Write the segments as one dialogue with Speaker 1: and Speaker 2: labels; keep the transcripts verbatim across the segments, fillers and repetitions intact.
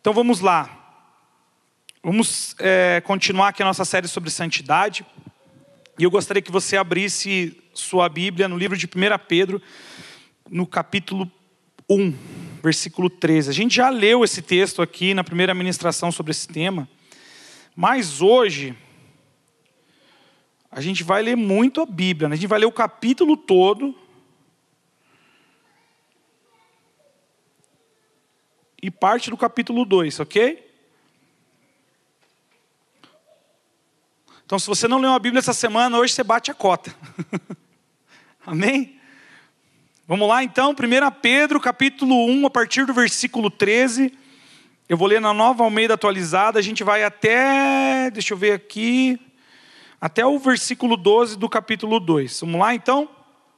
Speaker 1: Então vamos lá. Vamos é, continuar aqui a nossa série sobre santidade. E eu gostaria que você abrisse sua Bíblia no livro de primeira Pedro, no capítulo um, versículo treze. A gente já leu esse texto aqui na primeira ministração sobre esse tema. Mas hoje, a gente vai ler muito a Bíblia, né? A gente vai ler o capítulo todo. E parte do capítulo dois, ok? Então, se você não leu a Bíblia essa semana, hoje você bate a cota. Amém? Vamos lá então, primeira Pedro, capítulo um, a partir do versículo treze. Eu vou ler na Nova Almeida atualizada, a gente vai até, deixa eu ver aqui, até o versículo doze do capítulo dois. Vamos lá então?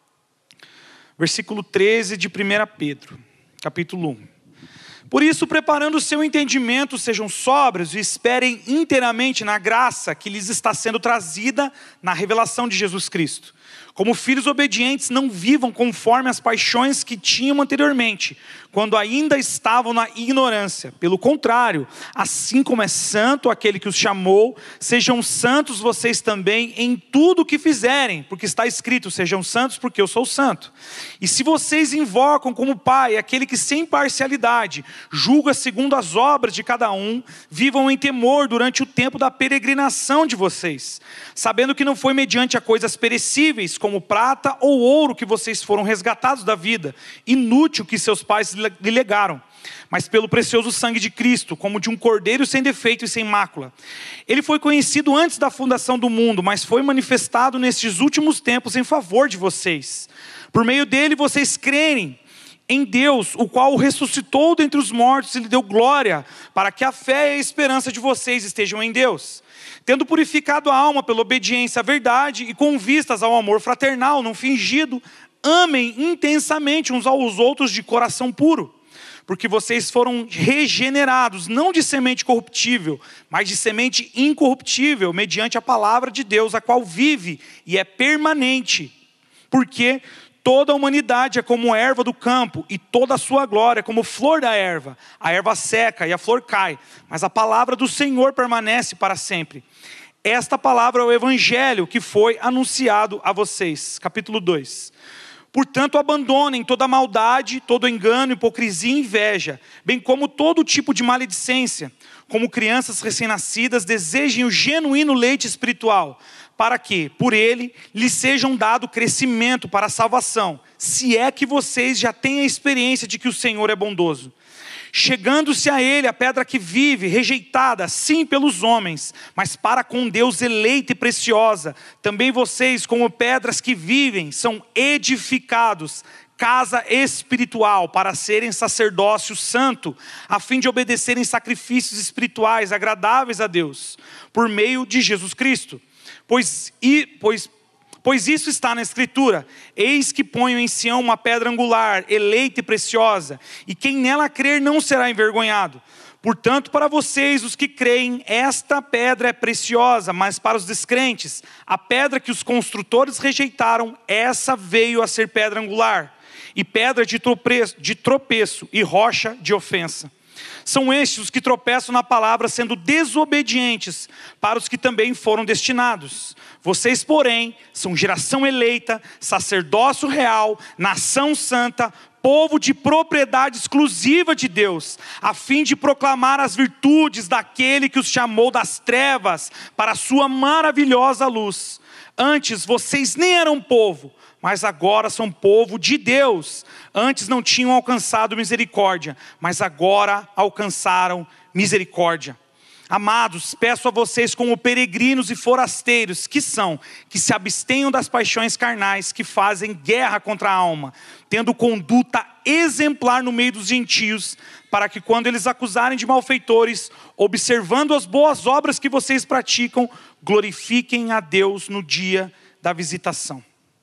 Speaker 1: Versículo treze de primeira Pedro, capítulo um. Por isso, preparando o seu entendimento, sejam sóbrios e esperem inteiramente na graça que lhes está sendo trazida na revelação de Jesus Cristo. Como filhos obedientes, não vivam conforme as paixões que tinham anteriormente, quando ainda estavam na ignorância. Pelo contrário, assim como é santo aquele que os chamou, sejam santos vocês também em tudo o que fizerem, porque está escrito, sejam santos porque eu sou santo. E se vocês invocam como Pai aquele que sem parcialidade julga segundo as obras de cada um, vivam em temor durante o tempo da peregrinação de vocês, sabendo que não foi mediante a coisas perecíveis, como prata ou ouro, que vocês foram resgatados da vida, inútil que seus pais lhe legaram, mas pelo precioso sangue de Cristo, como de um cordeiro sem defeito e sem mácula. Ele foi conhecido antes da fundação do mundo, mas foi manifestado nestes últimos tempos em favor de vocês. Por meio dele vocês crerem em Deus, o qual o ressuscitou dentre os mortos e lhe deu glória, para que a fé e a esperança de vocês estejam em Deus. Tendo purificado a alma pela obediência à verdade e com vistas ao amor fraternal, não fingido, amem intensamente uns aos outros de coração puro, porque vocês foram regenerados, não de semente corruptível, mas de semente incorruptível, mediante a palavra de Deus, a qual vive e é permanente. Porque toda a humanidade é como erva do campo, e toda a sua glória é como flor da erva. A erva seca e a flor cai, mas a palavra do Senhor permanece para sempre. Esta palavra é o evangelho que foi anunciado a vocês. Capítulo dois. Portanto, abandonem toda maldade, todo engano, hipocrisia e inveja, bem como todo tipo de maledicência. Como crianças recém-nascidas, desejem o genuíno leite espiritual, para que, por ele, lhes sejam dado crescimento para a salvação, se é que vocês já têm a experiência de que o Senhor é bondoso. Chegando-se a ele, a pedra que vive, rejeitada, sim pelos homens, mas para com Deus eleita e preciosa. Também vocês, como pedras que vivem, são edificados, casa espiritual, para serem sacerdócio santo, a fim de obedecerem sacrifícios espirituais agradáveis a Deus, por meio de Jesus Cristo. Pois, e, pois Pois isso está na Escritura: eis que ponho em Sião uma pedra angular, eleita e preciosa, e quem nela crer não será envergonhado. Portanto, para vocês, os que creem, esta pedra é preciosa, mas para os descrentes, a pedra que os construtores rejeitaram, essa veio a ser pedra angular, e pedra de tropeço, de tropeço e rocha de ofensa. São estes os que tropeçam na palavra, sendo desobedientes, para os que também foram destinados. Vocês, porém, são geração eleita, sacerdócio real, nação santa, povo de propriedade exclusiva de Deus, a fim de proclamar as virtudes daquele que os chamou das trevas para a sua maravilhosa luz. Antes vocês nem eram povo, mas agora são povo de Deus. Antes não tinham alcançado misericórdia, mas agora alcançaram misericórdia. Amados, peço a vocês como peregrinos e forasteiros que são, que se abstenham das paixões carnais, que fazem guerra contra a alma, tendo conduta exemplar no meio dos gentios, para que quando eles acusarem de malfeitores, observando as boas obras que vocês praticam, glorifiquem a Deus no dia da visitação.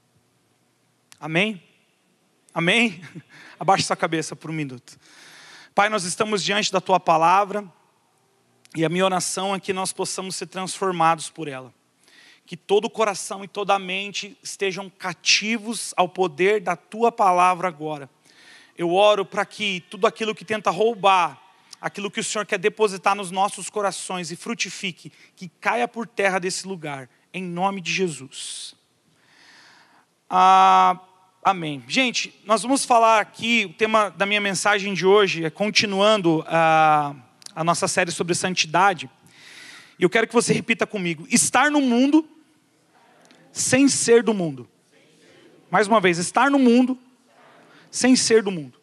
Speaker 1: Amém? Amém? Abaixe sua cabeça por um minuto. Pai, nós estamos diante da Tua palavra, e a minha oração é que nós possamos ser transformados por ela. Que todo o coração e toda a mente estejam cativos ao poder da Tua palavra agora. Eu oro para que tudo aquilo que tenta roubar aquilo que o Senhor quer depositar nos nossos corações e frutifique, que caia por terra desse lugar, em nome de Jesus. Ah, amém. Gente, nós vamos falar aqui, o tema da minha mensagem de hoje é continuando a, a nossa série sobre santidade. E eu quero que você repita comigo: estar no mundo sem ser do mundo. Mais uma vez, estar no mundo sem ser do mundo.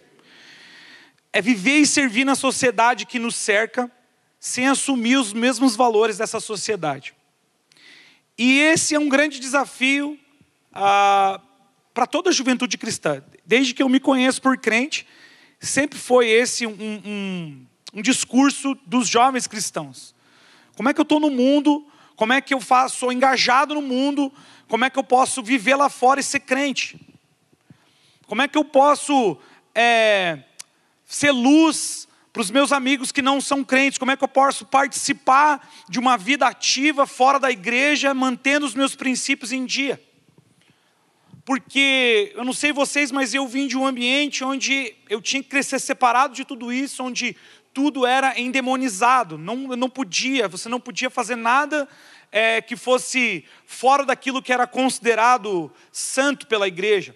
Speaker 1: É viver e servir na sociedade que nos cerca, sem assumir os mesmos valores dessa sociedade. E esse é um grande desafio ah, para toda a juventude cristã. Desde que eu me conheço por crente, sempre foi esse um, um, um discurso dos jovens cristãos. Como é que eu estou no mundo? Como é que eu faço, sou engajado no mundo? Como é que eu posso viver lá fora e ser crente? Como é que eu posso é, ser luz para os meus amigos que não são crentes? Como é que eu posso participar de uma vida ativa fora da igreja, mantendo os meus princípios em dia? Porque, eu não sei vocês, mas eu vim de um ambiente onde eu tinha que crescer separado de tudo isso, onde tudo era endemonizado. Não, não podia, você não podia fazer nada é, que fosse fora daquilo que era considerado santo pela igreja.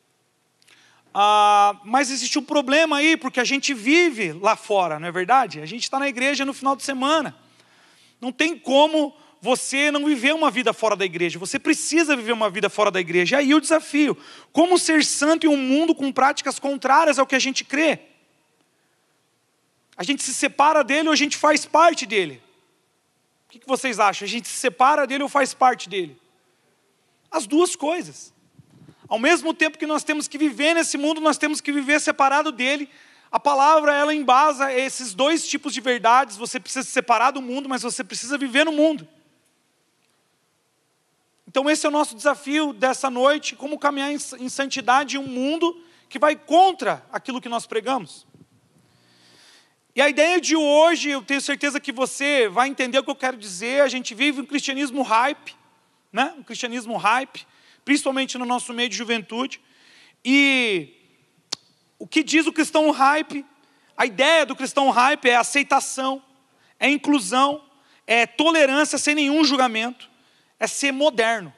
Speaker 1: Ah, mas existe um problema aí, porque a gente vive lá fora, não é verdade? A gente está na igreja no final de semana. Não tem como você não viver uma vida fora da igreja. Você precisa viver uma vida fora da igreja. E aí o desafio: como ser santo em um mundo com práticas contrárias ao que a gente crê? A gente se separa dele ou a gente faz parte dele? O que vocês acham? A gente se separa dele ou faz parte dele? As duas coisas. Ao mesmo tempo que nós temos que viver nesse mundo, nós temos que viver separado dele. A palavra, ela embasa esses dois tipos de verdades. Você precisa se separar do mundo, mas você precisa viver no mundo. Então esse é o nosso desafio dessa noite: como caminhar em santidade em um mundo que vai contra aquilo que nós pregamos. E a ideia de hoje, eu tenho certeza que você vai entender o que eu quero dizer. A gente vive um cristianismo hype, né? Um cristianismo hype, principalmente no nosso meio de juventude. E o que diz o cristão hype? A ideia do cristão hype é aceitação, é inclusão, é tolerância sem nenhum julgamento, é ser moderno.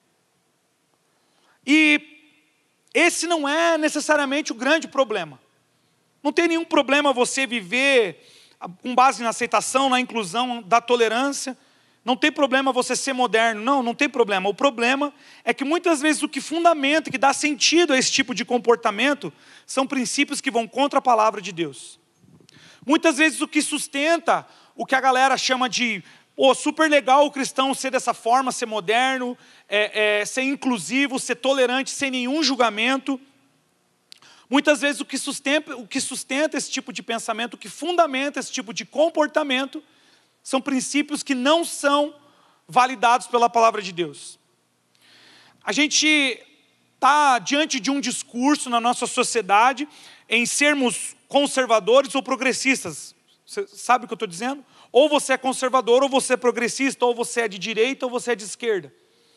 Speaker 1: E esse não é necessariamente o grande problema. Não tem nenhum problema você viver com base na aceitação, na inclusão, da tolerância. Não tem problema você ser moderno. Não, não tem problema. O problema é que muitas vezes o que fundamenta, que dá sentido a esse tipo de comportamento, são princípios que vão contra a palavra de Deus. Muitas vezes o que sustenta o que a galera chama de oh, super legal o cristão ser dessa forma, ser moderno, é, é, ser inclusivo, ser tolerante, sem nenhum julgamento. Muitas vezes o que, sustenta, o que sustenta esse tipo de pensamento, o que fundamenta esse tipo de comportamento, são princípios que não são validados pela palavra de Deus. A gente está diante de um discurso na nossa sociedade em sermos conservadores ou progressistas. Você sabe o que eu estou dizendo? Ou você é conservador, ou você é progressista, ou você é de direita, ou você é de esquerda.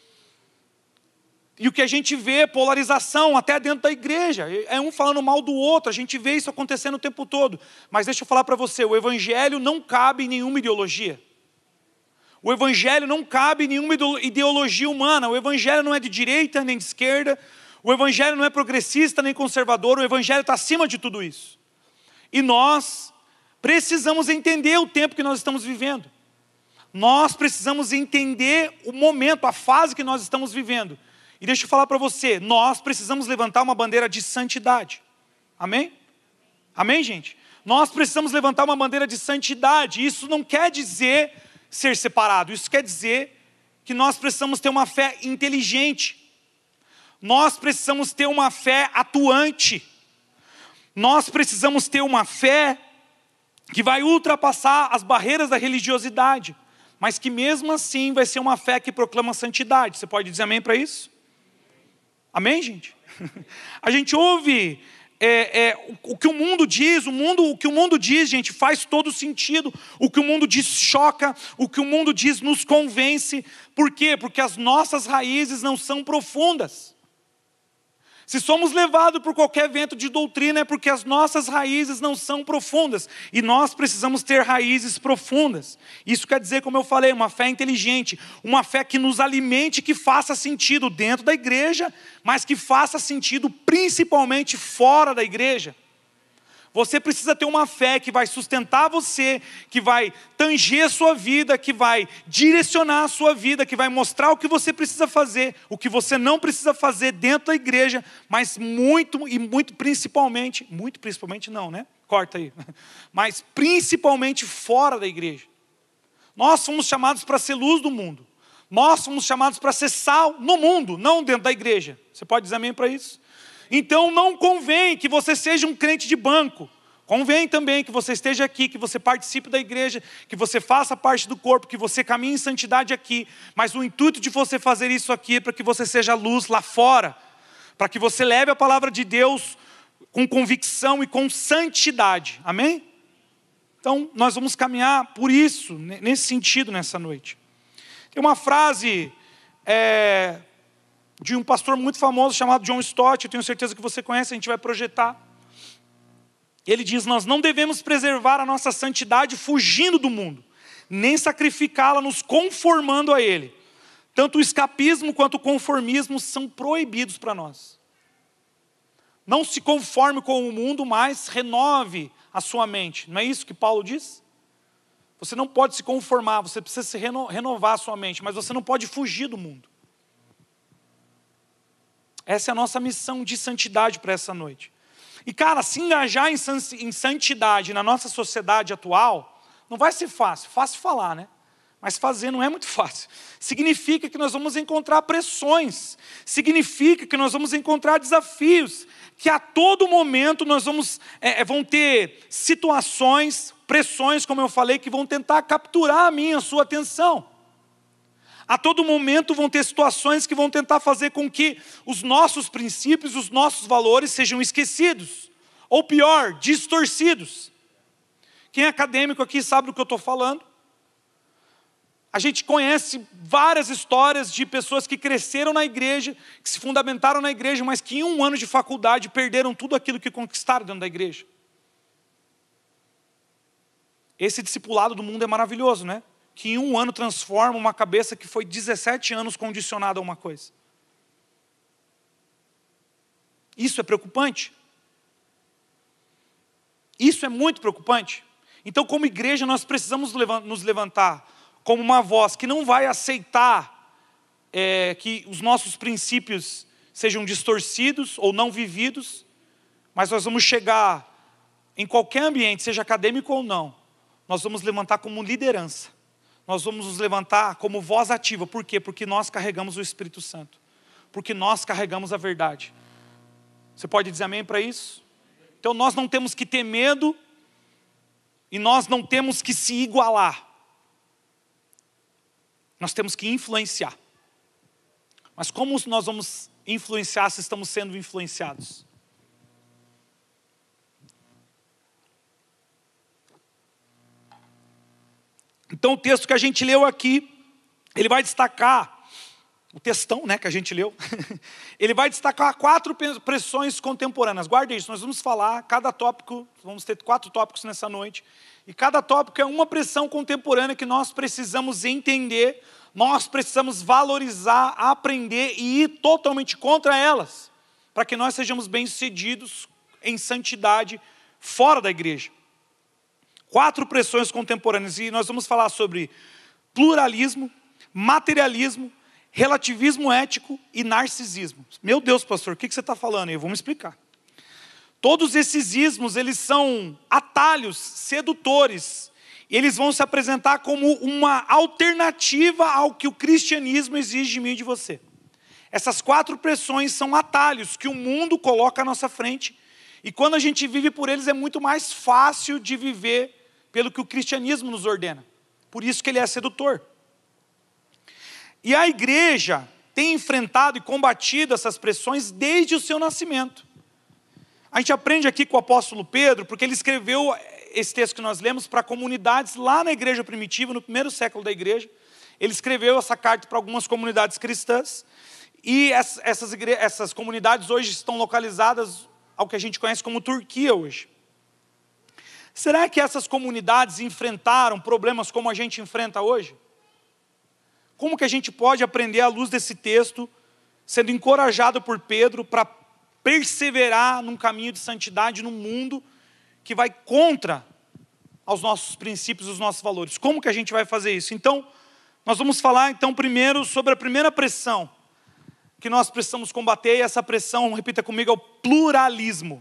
Speaker 1: E o que a gente vê é polarização até dentro da igreja. É um falando mal do outro. A gente vê isso acontecendo o tempo todo. Mas deixa eu falar para você, o evangelho não cabe em nenhuma ideologia. O evangelho não cabe em nenhuma ideologia humana. O evangelho não é de direita nem de esquerda. O evangelho não é progressista nem conservador. O evangelho está acima de tudo isso. E nós precisamos entender o tempo que nós estamos vivendo. Nós precisamos entender o momento, a fase que nós estamos vivendo. E deixa eu falar para você, nós precisamos levantar uma bandeira de santidade. Amém? Amém, gente? Nós precisamos levantar uma bandeira de santidade. Isso não quer dizer ser separado. Isso quer dizer que nós precisamos ter uma fé inteligente. Nós precisamos ter uma fé atuante. Nós precisamos ter uma fé que vai ultrapassar as barreiras da religiosidade. Mas que mesmo assim vai ser uma fé que proclama santidade. Você pode dizer amém para isso? Amém, gente? A gente ouve é, é, o, o que o mundo diz, o, mundo, o que o mundo diz, gente, faz todo sentido. O que o mundo diz choca, o que o mundo diz nos convence. Por quê? Porque as nossas raízes não são profundas. Se somos levados por qualquer vento de doutrina, é porque as nossas raízes não são profundas. E nós precisamos ter raízes profundas. Isso quer dizer, como eu falei, uma fé inteligente. Uma fé que nos alimente, que faça sentido dentro da igreja, mas que faça sentido principalmente fora da igreja. Você precisa ter uma fé que vai sustentar você, que vai tanger a sua vida, que vai direcionar a sua vida, que vai mostrar o que você precisa fazer, o que você não precisa fazer dentro da igreja, mas muito e muito principalmente, muito principalmente não, né? Corta aí. Mas principalmente fora da igreja. Nós fomos chamados para ser luz do mundo. Nós fomos chamados para ser sal no mundo, não dentro da igreja. Você pode dizer amém para isso? Então não convém que você seja um crente de banco. Convém também que você esteja aqui, que você participe da igreja, que você faça parte do corpo, que você caminhe em santidade aqui. Mas o intuito de você fazer isso aqui é para que você seja luz lá fora. Para que você leve a palavra de Deus com convicção e com santidade. Amém? Então nós vamos caminhar por isso, nesse sentido nessa noite. Tem uma frase... É... de um pastor muito famoso chamado John Stott, eu tenho certeza que você conhece, a gente vai projetar. Ele diz, nós não devemos preservar a nossa santidade fugindo do mundo, nem sacrificá-la nos conformando a ele. Tanto o escapismo quanto o conformismo são proibidos para nós. Não se conforme com o mundo, mas renove a sua mente. Não é isso que Paulo diz? Você não pode se conformar, você precisa se reno- renovar a sua mente, mas você não pode fugir do mundo. Essa é a nossa missão de santidade para essa noite. E cara, se engajar em santidade na nossa sociedade atual, não vai ser fácil. Fácil falar, né? Mas fazer não é muito fácil. Significa que nós vamos encontrar pressões. Significa que nós vamos encontrar desafios. Que a todo momento nós vamos, é, vão ter situações, pressões, como eu falei, que vão tentar capturar a minha, a sua atenção. A todo momento vão ter situações que vão tentar fazer com que os nossos princípios, os nossos valores sejam esquecidos. Ou pior, distorcidos. Quem é acadêmico aqui sabe do que eu estou falando. A gente conhece várias histórias de pessoas que cresceram na igreja, que se fundamentaram na igreja, mas que em um ano de faculdade perderam tudo aquilo que conquistaram dentro da igreja. Esse discipulado do mundo é maravilhoso, né? Que em um ano transforma uma cabeça que foi dezessete anos condicionada a uma coisa. Isso é preocupante. Isso é muito preocupante. Então, como igreja, nós precisamos nos levantar como uma voz que não vai aceitar é, que os nossos princípios sejam distorcidos ou não vividos, mas nós vamos chegar em qualquer ambiente, seja acadêmico ou não, nós vamos levantar como liderança. Nós vamos nos levantar como voz ativa. Por quê? Porque nós carregamos o Espírito Santo. Porque nós carregamos a verdade. Você pode dizer amém para isso? Então nós não temos que ter medo e nós não temos que se igualar. Nós temos que influenciar. Mas como nós vamos influenciar se estamos sendo influenciados? Então o texto que a gente leu aqui, ele vai destacar, o textão né, que a gente leu, ele vai destacar quatro pressões contemporâneas. Guarde isso, nós vamos falar, cada tópico, vamos ter quatro tópicos nessa noite, e cada tópico é uma pressão contemporânea que nós precisamos entender, nós precisamos valorizar, aprender e ir totalmente contra elas, para que nós sejamos bem-sucedidos em santidade fora da igreja. Quatro pressões contemporâneas, e nós vamos falar sobre pluralismo, materialismo, relativismo ético e narcisismo. Meu Deus, pastor, o que você está falando aí? Eu vou me explicar. Todos esses ismos, eles são atalhos sedutores, e eles vão se apresentar como uma alternativa ao que o cristianismo exige de mim e de você. Essas quatro pressões são atalhos que o mundo coloca à nossa frente, e quando a gente vive por eles é muito mais fácil de viver pelo que o cristianismo nos ordena. Por isso que ele é sedutor. E a igreja tem enfrentado e combatido essas pressões desde o seu nascimento. A gente aprende aqui com o apóstolo Pedro, porque ele escreveu esse texto que nós lemos para comunidades lá na igreja primitiva, no primeiro século da igreja. Ele escreveu essa carta para algumas comunidades cristãs. E essas, igre... essas comunidades hoje estão localizadas ao que a gente conhece como Turquia hoje. Será que essas comunidades enfrentaram problemas como a gente enfrenta hoje? Como que a gente pode aprender à luz desse texto, sendo encorajado por Pedro para perseverar num caminho de santidade num mundo que vai contra aos nossos princípios, os nossos valores? Como que a gente vai fazer isso? Então, nós vamos falar então primeiro sobre a primeira pressão que nós precisamos combater, e essa pressão, repita comigo, é o pluralismo.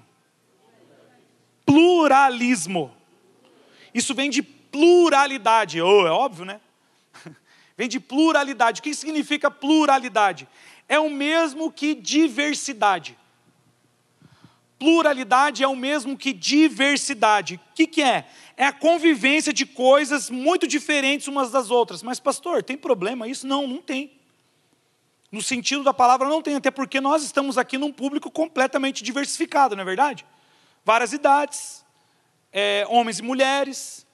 Speaker 1: Pluralismo. Isso vem de pluralidade, oh, é óbvio, né? Vem de pluralidade. O que significa pluralidade? É o mesmo que diversidade. Pluralidade é o mesmo que diversidade. O que, que é? É a convivência de coisas muito diferentes umas das outras. Mas pastor, tem problema isso? Não, não tem. No sentido da palavra não tem, até porque nós estamos aqui num público completamente diversificado, não é verdade? Várias idades, é, homens e mulheres,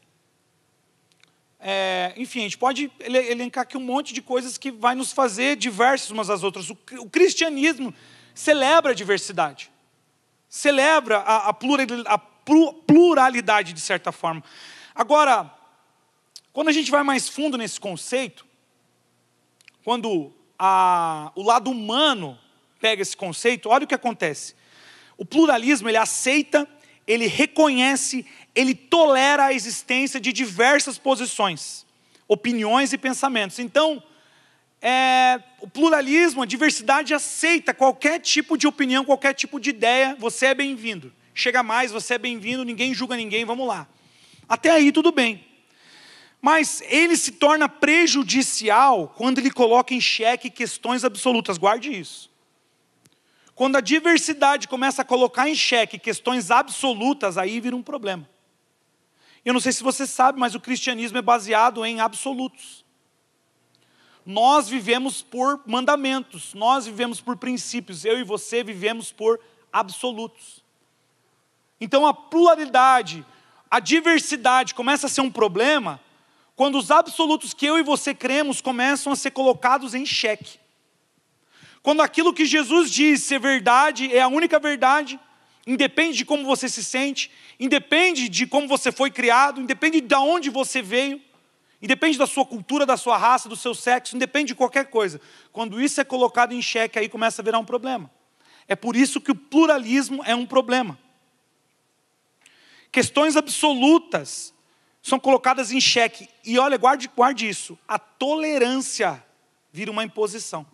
Speaker 1: é, enfim, a gente pode elencar aqui um monte de coisas que vai nos fazer diversos umas das outras. O, o cristianismo celebra a diversidade, celebra a, a, pluralidade, a pluralidade de certa forma. Agora, quando a gente vai mais fundo nesse conceito, quando a, o lado humano pega esse conceito, olha o que acontece. O pluralismo, ele aceita, ele reconhece, ele tolera a existência de diversas posições, opiniões e pensamentos. Então, é, o pluralismo, a diversidade aceita qualquer tipo de opinião, qualquer tipo de ideia, você é bem-vindo. Chega mais, você é bem-vindo, ninguém julga ninguém, vamos lá. Até aí tudo bem. Mas ele se torna prejudicial quando ele coloca em xeque questões absolutas, guarde isso. Quando a diversidade começa a colocar em xeque questões absolutas, aí vira um problema. Eu não sei se você sabe, mas o cristianismo é baseado em absolutos. Nós vivemos por mandamentos, nós vivemos por princípios, eu e você vivemos por absolutos. Então a pluralidade, a diversidade começa a ser um problema quando os absolutos que eu e você cremos começam a ser colocados em xeque. Quando aquilo que Jesus diz ser verdade é a única verdade, independe de como você se sente, independe de como você foi criado, independe de onde você veio, independe da sua cultura, da sua raça, do seu sexo, independe de qualquer coisa. Quando isso é colocado em xeque, aí começa a virar um problema. É por isso que o pluralismo é um problema. Questões absolutas são colocadas em xeque. E olha, guarde, guarde isso. A tolerância vira uma imposição.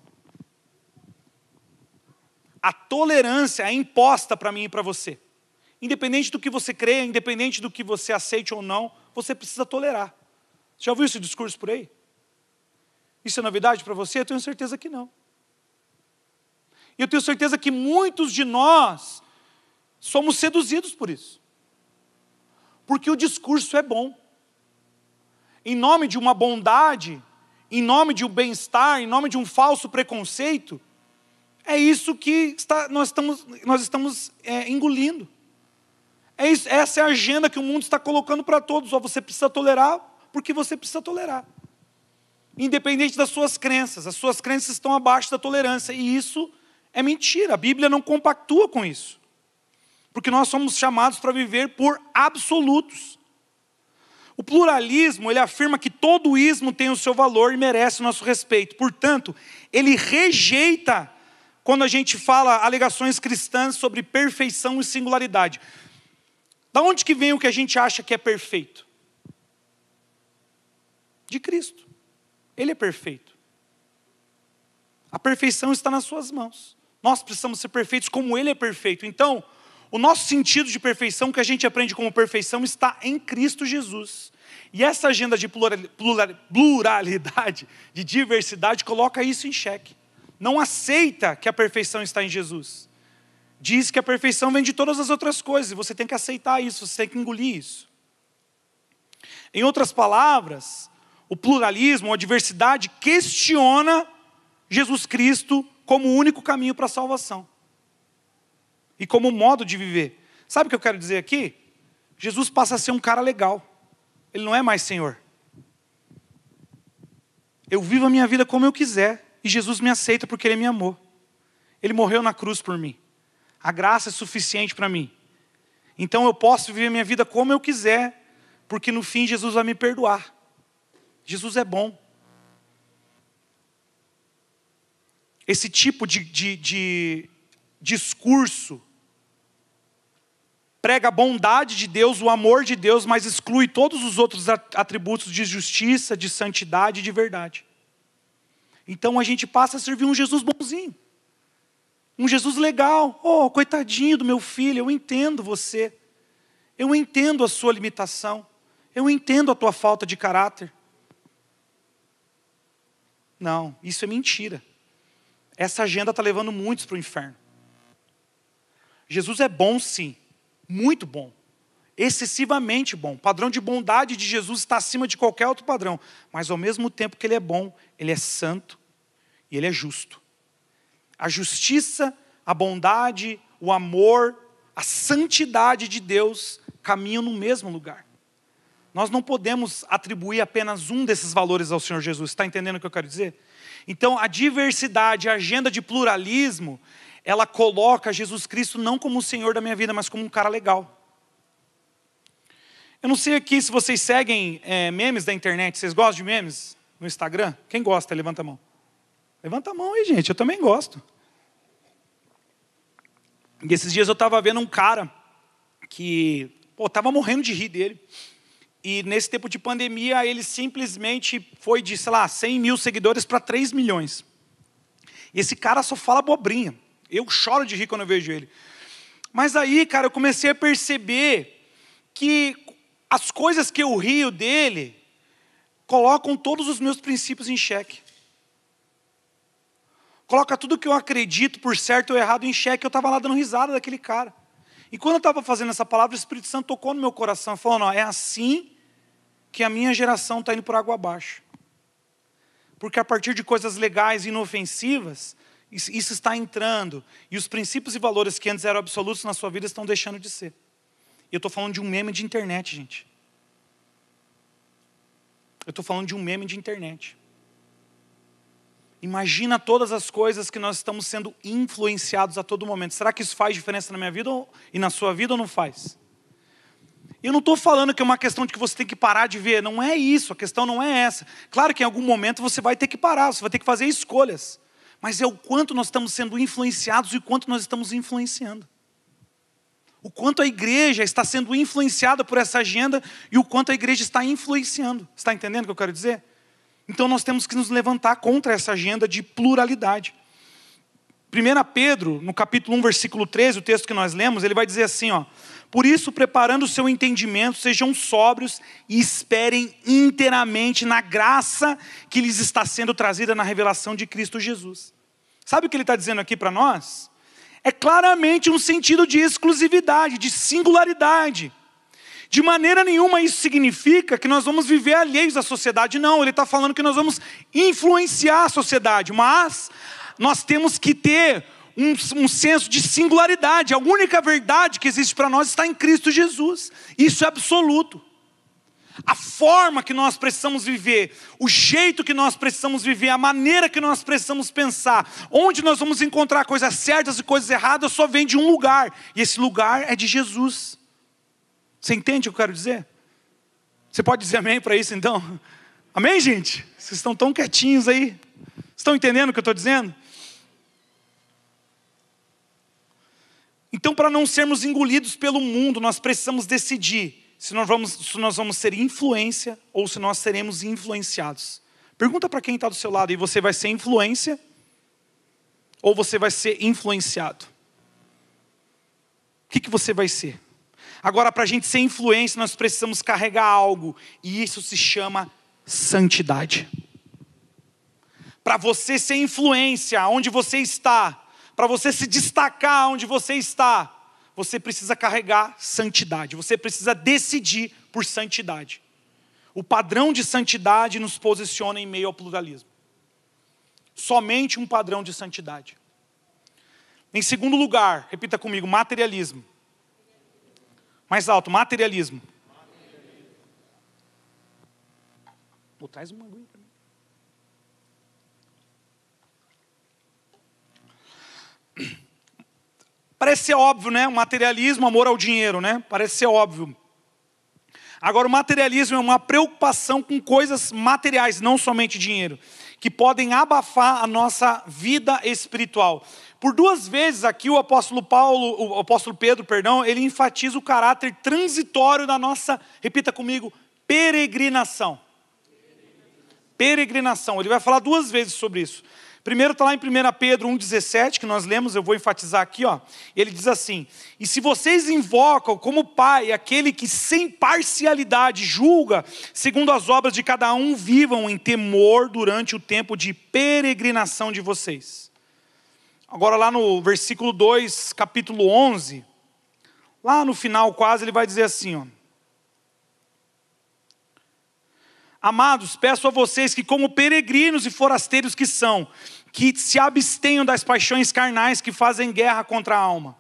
Speaker 1: A tolerância é imposta para mim e para você. Independente do que você creia, independente do que você aceite ou não, você precisa tolerar. Você já ouviu esse discurso por aí? Isso é novidade para você? Eu tenho certeza que não. E eu tenho certeza que muitos de nós somos seduzidos por isso. Porque o discurso é bom. Em nome de uma bondade, em nome de um bem-estar, em nome de um falso preconceito, é isso que está, nós estamos, nós estamos é, engolindo. É isso, essa é a agenda que o mundo está colocando para todos. Ó, você precisa tolerar porque você precisa tolerar. Independente das suas crenças. As suas crenças estão abaixo da tolerância. E isso é mentira. A Bíblia não compactua com isso. Porque nós somos chamados para viver por absolutos. O pluralismo, ele afirma que todo ismo tem o seu valor e merece o nosso respeito. Portanto, ele rejeita quando a gente fala alegações cristãs sobre perfeição e singularidade. Da onde que vem o que a gente acha que é perfeito? De Cristo. Ele é perfeito. A perfeição está nas suas mãos. Nós precisamos ser perfeitos como Ele é perfeito. Então, o nosso sentido de perfeição, que a gente aprende como perfeição, está em Cristo Jesus. E essa agenda de pluralidade, de diversidade, coloca isso em xeque. Não aceita que a perfeição está em Jesus. Diz que a perfeição vem de todas as outras coisas. E você tem que aceitar isso, você tem que engolir isso. Em outras palavras, o pluralismo, a diversidade, questiona Jesus Cristo como o único caminho para a salvação. E como modo de viver. Sabe o que eu quero dizer aqui? Jesus passa a ser um cara legal. Ele não é mais Senhor. Eu vivo a minha vida como eu quiser. e Jesus me aceita porque Ele me amou. Ele morreu na cruz por mim. A graça é suficiente para mim. Então eu posso viver minha vida como eu quiser, porque no fim Jesus vai me perdoar. Jesus é bom. Esse tipo de, de, de discurso prega a bondade de Deus, o amor de Deus, mas exclui todos os outros atributos de justiça, de santidade e de verdade. Então a gente passa a servir um Jesus bonzinho. Um Jesus legal. Oh, coitadinho do meu filho, eu entendo você. Eu entendo a sua limitação. Eu entendo a tua falta de caráter. Não, isso é mentira. Essa agenda está levando muitos para o inferno. Jesus é bom sim, muito bom. Excessivamente bom. O padrão de bondade de Jesus está acima de qualquer outro padrão. Mas ao mesmo tempo que Ele é bom, Ele é santo e Ele é justo. A justiça, a bondade, o amor, a santidade de Deus caminham no mesmo lugar. Nós não podemos atribuir apenas um desses valores ao Senhor Jesus. Está entendendo o que eu quero dizer? Então, a diversidade, a agenda de pluralismo, ela coloca Jesus Cristo não como o Senhor da minha vida, mas como um cara legal. Eu não sei aqui se vocês seguem é, memes da internet. Vocês gostam de memes no Instagram? Quem gosta? Levanta a mão. Levanta a mão aí, gente. Eu também gosto. E esses dias eu estava vendo um cara que, pô, estava morrendo de rir dele. E nesse tempo de pandemia, ele simplesmente foi de, sei lá, cem mil seguidores para três milhões. E esse cara só fala abobrinha. Eu choro de rir quando eu vejo ele. Mas aí, cara, eu comecei a perceber que as coisas que eu rio dele colocam todos os meus princípios em xeque. Coloca tudo que eu acredito por certo ou errado em xeque. Eu estava lá dando risada daquele cara. E quando eu estava fazendo essa palavra, o Espírito Santo tocou no meu coração, falando, ó, é assim que a minha geração está indo por água abaixo. Porque a partir de coisas legais e inofensivas, isso está entrando. E os princípios e valores que antes eram absolutos na sua vida estão deixando de ser. E eu estou falando de um meme de internet, gente. Eu estou falando de um meme de internet. Imagina todas as coisas que nós estamos sendo influenciados a todo momento. Será que isso faz diferença na minha vida e na sua vida ou não faz? Eu não estou falando que é uma questão de que você tem que parar de ver. Não é isso, a questão não é essa. Claro que em algum momento você vai ter que parar, você vai ter que fazer escolhas. Mas é o quanto nós estamos sendo influenciados e o quanto nós estamos influenciando. O quanto a igreja está sendo influenciada por essa agenda e o quanto a igreja está influenciando. Você está entendendo o que eu quero dizer? Então nós temos que nos levantar contra essa agenda de pluralidade. primeira Pedro, no capítulo um, versículo treze, o texto que nós lemos, ele vai dizer assim, ó, por isso, preparando o seu entendimento, sejam sóbrios e esperem inteiramente na graça que lhes está sendo trazida na revelação de Cristo Jesus. Sabe o que ele está dizendo aqui para nós? É claramente um sentido de exclusividade, de singularidade. De maneira nenhuma isso significa que nós vamos viver alheios à sociedade. Não, ele está falando que nós vamos influenciar a sociedade. Mas nós temos que ter um, um senso de singularidade. A única verdade que existe para nós está em Cristo Jesus. Isso é absoluto. A forma que nós precisamos viver, o jeito que nós precisamos viver, a maneira que nós precisamos pensar, onde nós vamos encontrar coisas certas e coisas erradas, só vem de um lugar. E esse lugar é de Jesus. Você entende o que eu quero dizer? Você pode dizer amém para isso então? Amém, gente? Vocês estão tão quietinhos aí. Estão entendendo o que eu estou dizendo? Então, para não sermos engolidos pelo mundo, nós precisamos decidir se nós vamos, se nós vamos ser influência ou se nós seremos influenciados. Pergunta para quem está do seu lado, e você vai ser influência ou você vai ser influenciado? O que, que você vai ser? Agora, para a gente ser influência, nós precisamos carregar algo. E isso se chama santidade. Para você ser influência onde você está, para você se destacar onde você está, você precisa carregar santidade. Você precisa decidir por santidade. O padrão de santidade nos posiciona em meio ao pluralismo. Somente um padrão de santidade. Em segundo lugar, repita comigo, materialismo. Mais alto, materialismo. Pô, traz uma aguinha para mim. parece ser óbvio, né? O materialismo, amor ao dinheiro, né? Parece ser óbvio. Agora, o materialismo é uma preocupação com coisas materiais, não somente dinheiro, que podem abafar a nossa vida espiritual. Por duas vezes aqui o apóstolo Paulo, o apóstolo Pedro, perdão, ele enfatiza o caráter transitório da nossa, repita comigo, peregrinação. Peregrinação. Ele vai falar duas vezes sobre isso. Primeiro está lá em primeira Pedro um, dezessete, que nós lemos, eu vou enfatizar aqui, ó. Ele diz assim: e se vocês invocam como Pai aquele que sem parcialidade julga, segundo as obras de cada um, vivam em temor durante o tempo de peregrinação de vocês. Agora lá no versículo dois, capítulo onze, lá no final quase, ele vai dizer assim, ó. Amados, peço a vocês que como peregrinos e forasteiros que são, que se abstenham das paixões carnais que fazem guerra contra a alma.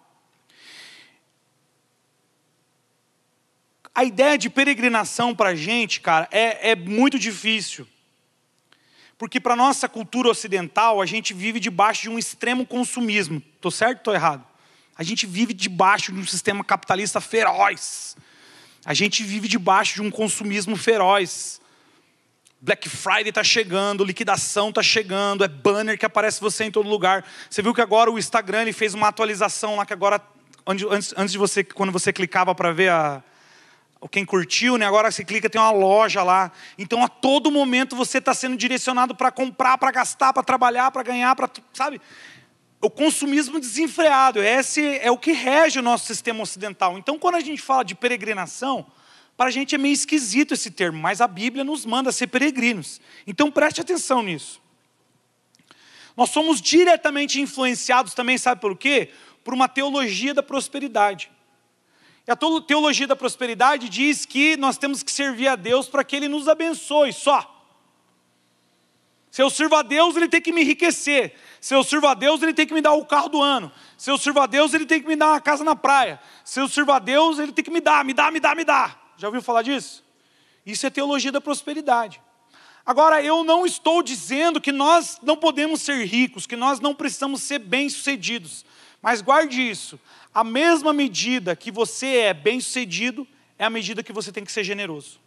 Speaker 1: A ideia de peregrinação para a gente, cara, é, é muito difícil. Porque para a nossa cultura ocidental, a gente vive debaixo de um extremo consumismo. Estou certo ou estou errado? A gente vive debaixo de um sistema capitalista feroz. A gente vive debaixo de um consumismo feroz. Black Friday está chegando, liquidação está chegando, é banner que aparece você em todo lugar. Você viu que agora o Instagram ele fez uma atualização lá, que agora, antes, antes de você, quando você clicava para ver a, quem curtiu, né? Agora você clica, tem uma loja lá. Então a todo momento você está sendo direcionado para comprar, para gastar, para trabalhar, para ganhar, para, sabe? O consumismo desenfreado, esse é o que rege o nosso sistema ocidental. Então quando a gente fala de peregrinação, para a gente é meio esquisito esse termo, mas a Bíblia nos manda ser peregrinos. Então preste atenção nisso. Nós somos diretamente influenciados também, sabe por quê? Por uma teologia da prosperidade. E a teologia da prosperidade diz que nós temos que servir a Deus para que Ele nos abençoe, só. Se eu sirvo a Deus, Ele tem que me enriquecer. Se eu sirvo a Deus, Ele tem que me dar o carro do ano. Se eu sirvo a Deus, Ele tem que me dar uma casa na praia. Se eu sirvo a Deus, Ele tem que me dar, me dar, me dar, me dar. Já ouviu falar disso? Isso é teologia da prosperidade. Agora, eu não estou dizendo que nós não podemos ser ricos, que nós não precisamos ser bem-sucedidos. Mas guarde isso. A mesma medida que você é bem-sucedido, é a medida que você tem que ser generoso.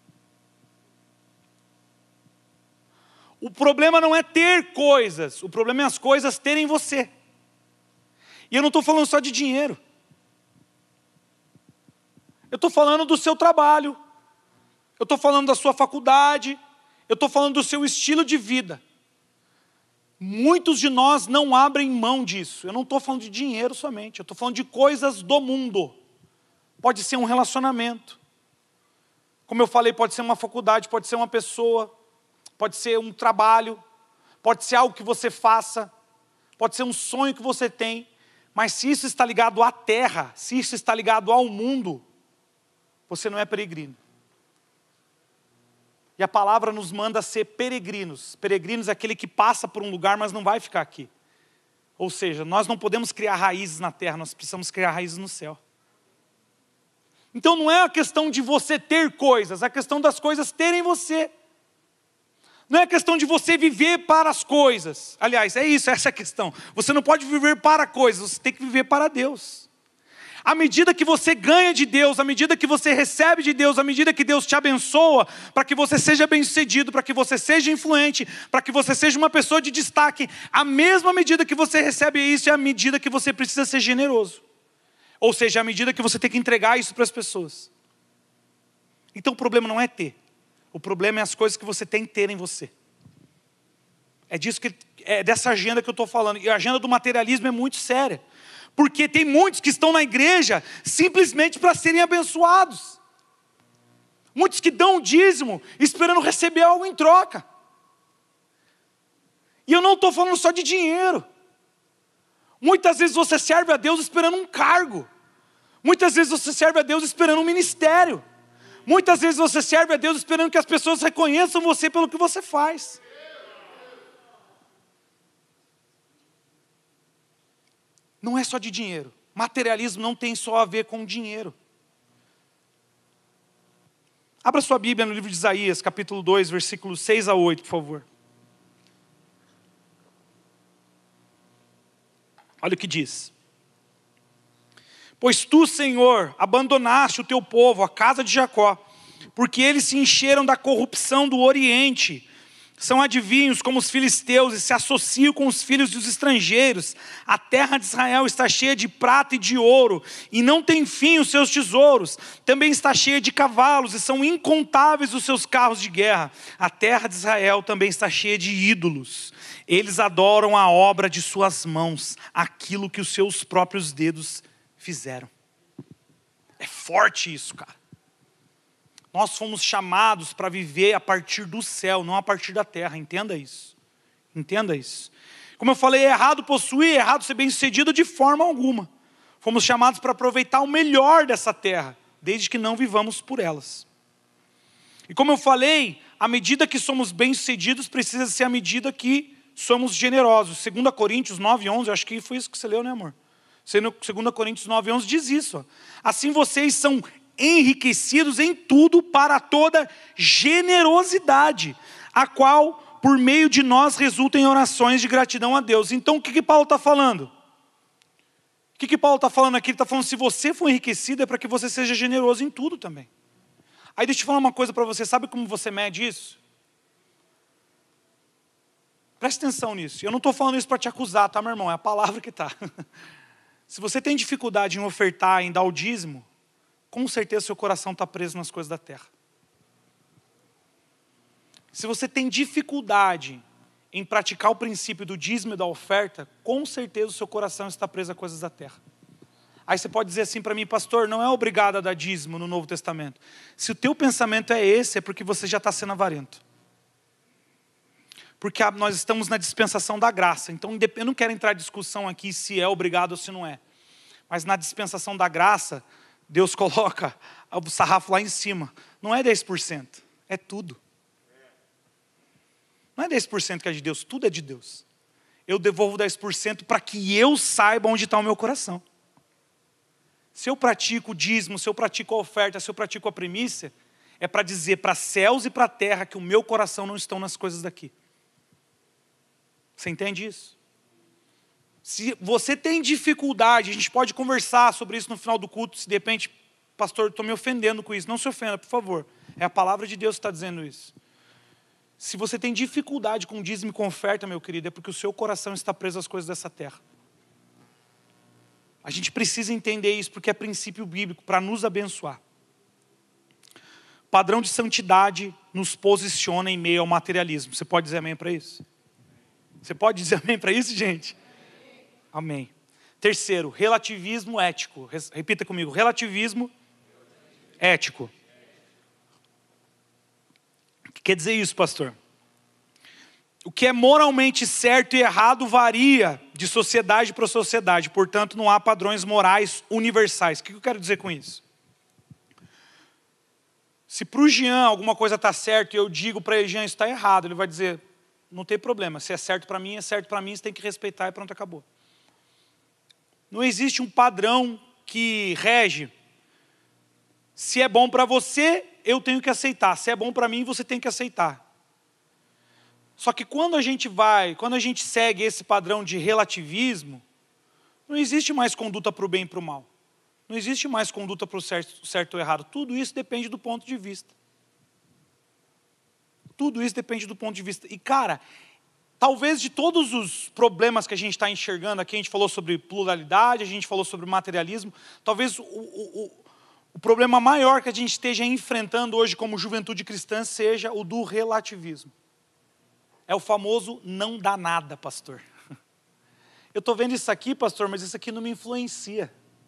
Speaker 1: O problema não é ter coisas, o problema é as coisas terem você. E eu não estou falando só de dinheiro. Eu estou falando do seu trabalho, eu estou falando da sua faculdade, eu estou falando do seu estilo de vida. Muitos de nós não abrem mão disso. Eu não estou falando de dinheiro somente, eu estou falando de coisas do mundo. Pode ser um relacionamento. Como eu falei, pode ser uma faculdade, pode ser uma pessoa, pode ser um trabalho, pode ser algo que você faça, pode ser um sonho que você tem. Mas se isso está ligado à terra, se isso está ligado ao mundo, você não é peregrino. E a palavra nos manda ser peregrinos. Peregrinos é aquele que passa por um lugar, mas não vai ficar aqui. Ou seja, nós não podemos criar raízes na terra, nós precisamos criar raízes no céu. Então não é a questão de você ter coisas, é a questão das coisas terem você. Não é a questão de você viver para as coisas. Aliás, é isso, essa é a questão. Você não pode viver para coisas, você tem que viver para Deus. À medida que você ganha de Deus, à medida que você recebe de Deus, à medida que Deus te abençoa, para que você seja bem-sucedido, para que você seja influente, para que você seja uma pessoa de destaque, a mesma medida que você recebe isso é a medida que você precisa ser generoso. Ou seja, a medida que você tem que entregar isso para as pessoas. Então o problema não é ter. O problema é as coisas que você tem que ter em você. É disso que, é dessa agenda que eu estou falando. E a agenda do materialismo é muito séria. Porque tem muitos que estão na igreja simplesmente para serem abençoados. Muitos que dão o dízimo esperando receber algo em troca. E eu não estou falando só de dinheiro. Muitas vezes você serve a Deus esperando um cargo. Muitas vezes você serve a Deus esperando um ministério. Muitas vezes você serve a Deus esperando que as pessoas reconheçam você pelo que você faz. Não é só de dinheiro. Materialismo não tem só a ver com dinheiro. Abra sua Bíblia no livro de Isaías, capítulo dois, versículos seis a oito, por favor. Olha o que diz. Pois tu, Senhor, abandonaste o teu povo, a casa de Jacó, porque eles se encheram da corrupção do Oriente. São adivinhos como os filisteus e se associam com os filhos dos estrangeiros. A terra de Israel está cheia de prata e de ouro, e não tem fim os seus tesouros. Também está cheia de cavalos, e são incontáveis os seus carros de guerra. A terra de Israel também está cheia de ídolos. Eles adoram a obra de suas mãos, aquilo que os seus próprios dedos fizeram. É forte isso, cara. Nós fomos chamados para viver a partir do céu, não a partir da terra. Entenda isso. Entenda isso. Como eu falei, é errado possuir, é errado ser bem-sucedido de forma alguma. Fomos chamados para aproveitar o melhor dessa terra, desde que não vivamos por elas. E como eu falei, a medida que somos bem-sucedidos precisa ser a medida que somos generosos. segunda Coríntios nove, onze, acho que foi isso que você leu, né, amor? segunda Coríntios nove, onze diz isso. Ó. Assim vocês são enriquecidos em tudo para toda generosidade, a qual por meio de nós resulta em orações de gratidão a Deus. Então o que, que Paulo está falando? O que, que Paulo está falando aqui? Ele está falando, se você for enriquecido é para que você seja generoso em tudo também. Aí deixa eu falar uma coisa para você, sabe como você mede isso? Presta atenção nisso, eu não estou falando isso para te acusar, tá, meu irmão? É a palavra que está. Se você tem dificuldade em ofertar, em dar o dízimo, com certeza seu coração está preso nas coisas da terra. Se você tem dificuldade em praticar o princípio do dízimo e da oferta, com certeza o seu coração está preso a coisas da terra. Aí você pode dizer assim para mim, pastor, não é obrigado a dar dízimo no Novo Testamento. Se o teu pensamento é esse, é porque você já está sendo avarento. Porque nós estamos na dispensação da graça. Então eu não quero entrar em discussão aqui se é obrigado ou se não é. Mas na dispensação da graça, Deus coloca o sarrafo lá em cima. Não é dez por cento, é tudo. Não é dez por cento que é de Deus, tudo é de Deus. Eu devolvo dez por cento para que eu saiba onde está o meu coração. Se eu pratico o dízimo, se eu pratico a oferta, se eu pratico a primícia, é para dizer para céus e para terra que o meu coração não estão nas coisas daqui. Você entende isso? Se você tem dificuldade, a gente pode conversar sobre isso no final do culto, se de repente, pastor, estou me ofendendo com isso. Não se ofenda, por favor. É a palavra de Deus que está dizendo isso. Se você tem dificuldade com dízimo e com oferta, meu querido, é porque o seu coração está preso às coisas dessa terra. A gente precisa entender isso, porque é princípio bíblico, para nos abençoar. Padrão de santidade nos posiciona em meio ao materialismo. Você pode dizer amém para isso? Você pode dizer amém para isso, gente? Amém. Terceiro, relativismo ético. Repita comigo, relativismo ético. O que quer dizer isso, pastor? O que é moralmente certo e errado varia de sociedade para sociedade. Portanto, não há padrões morais universais. O que eu quero dizer com isso? Se para o Jean alguma coisa está certo e eu digo para ele, Jean, isso está errado, ele vai dizer, não tem problema. Se é certo para mim, é certo para mim, você tem que respeitar e pronto, acabou. Não existe um padrão que rege. Se é bom para você, eu tenho que aceitar. Se é bom para mim, você tem que aceitar. Só que quando a gente vai, quando a gente segue esse padrão de relativismo, não existe mais conduta para o bem e para o mal. Não existe mais conduta para o certo, certo ou errado. Tudo isso depende do ponto de vista. Tudo isso depende do ponto de vista. E cara, talvez de todos os problemas que a gente está enxergando aqui, a gente falou sobre pluralidade, a gente falou sobre materialismo, talvez o, o, o, o problema maior que a gente esteja enfrentando hoje como juventude cristã seja o do relativismo. É o famoso não dá nada, pastor. Eu estou vendo isso aqui, pastor, mas isso aqui não me influencia.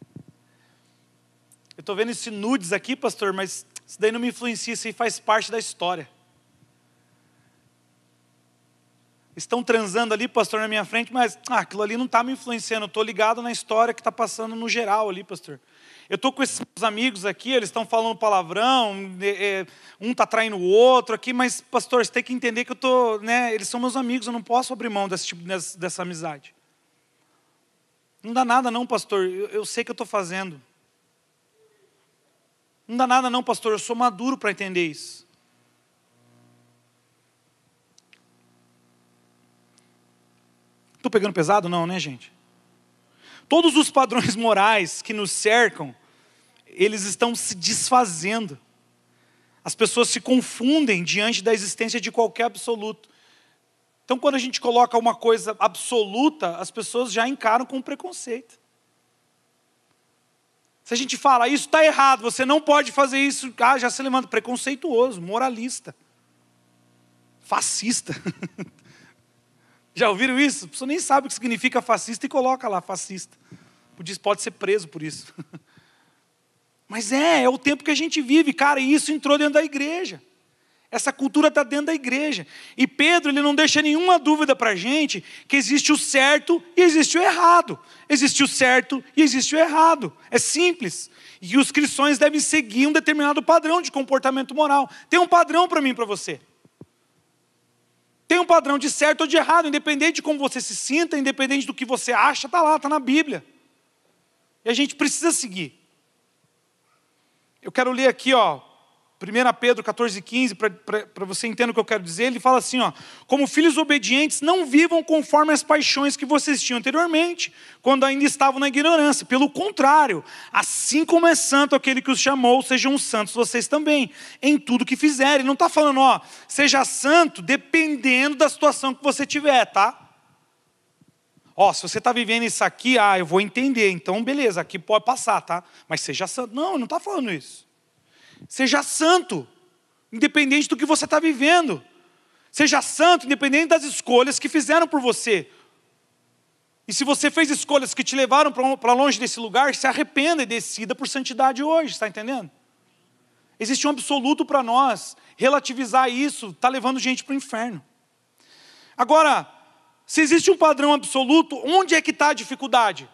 Speaker 1: Eu estou vendo esse nudes aqui, pastor, mas isso daí não me influencia, isso aí faz parte da história. Estão transando ali, pastor, na minha frente, mas ah, aquilo ali não está me influenciando. Eu estou ligado na história que está passando no geral ali, pastor. Eu estou com esses meus amigos aqui, eles estão falando palavrão, é, um está traindo o outro aqui, mas, pastor, você tem que entender que eu estou, né, eles são meus amigos, eu não posso abrir mão desse tipo, dessa, dessa amizade. Não dá nada não, pastor, eu, eu sei que eu estou fazendo. Não dá nada não, pastor, eu sou maduro para entender isso. Estou pegando pesado? Não, né, gente? Todos os padrões morais que nos cercam, eles estão se desfazendo. As pessoas se confundem diante da existência de qualquer absoluto. Então, quando a gente coloca uma coisa absoluta, as pessoas já encaram com preconceito. Se a gente fala, isso está errado, você não pode fazer isso, ah, já se levanta, preconceituoso, moralista, fascista. Já ouviram isso? A pessoa nem sabe o que significa fascista e coloca lá, fascista. Pode ser preso por isso. Mas é, é o tempo que a gente vive, cara, e isso entrou dentro da igreja. Essa cultura está dentro da igreja. E Pedro, ele não deixa nenhuma dúvida para a gente que existe o certo e existe o errado. Existe o certo e existe o errado. É simples. E os cristãos devem seguir um determinado padrão de comportamento moral. Tem um padrão para mim e para você. Tem um padrão de certo ou de errado, independente de como você se sinta, independente do que você acha, está lá, está na Bíblia. E a gente precisa seguir. Eu quero ler aqui, ó, primeiro Pedro catorze, quinze, para você entender o que eu quero dizer. Ele fala assim, ó, como filhos obedientes, não vivam conforme as paixões que vocês tinham anteriormente, quando ainda estavam na ignorância. Pelo contrário, assim como é santo aquele que os chamou, sejam santos vocês também, em tudo que fizerem. Ele não está falando, ó, seja santo dependendo da situação que você tiver, tá? Ó, se você está vivendo isso aqui, ah, eu vou entender, então beleza, aqui pode passar, tá? Mas seja santo. Não, ele não está falando isso. Seja santo, independente do que você está vivendo. Seja santo, independente das escolhas que fizeram por você. E se você fez escolhas que te levaram para longe desse lugar, se arrependa e decida por santidade hoje, está entendendo? Existe um absoluto para nós. Relativizar isso está levando gente para o inferno. Agora, se existe um padrão absoluto, onde é que está a dificuldade?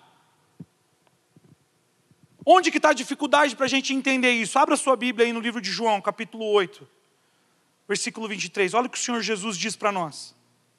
Speaker 1: Onde que está a dificuldade para a gente entender isso? Abra sua Bíblia aí no livro de João, capítulo oito, versículo vinte e três. Olha o que o Senhor Jesus diz para nós.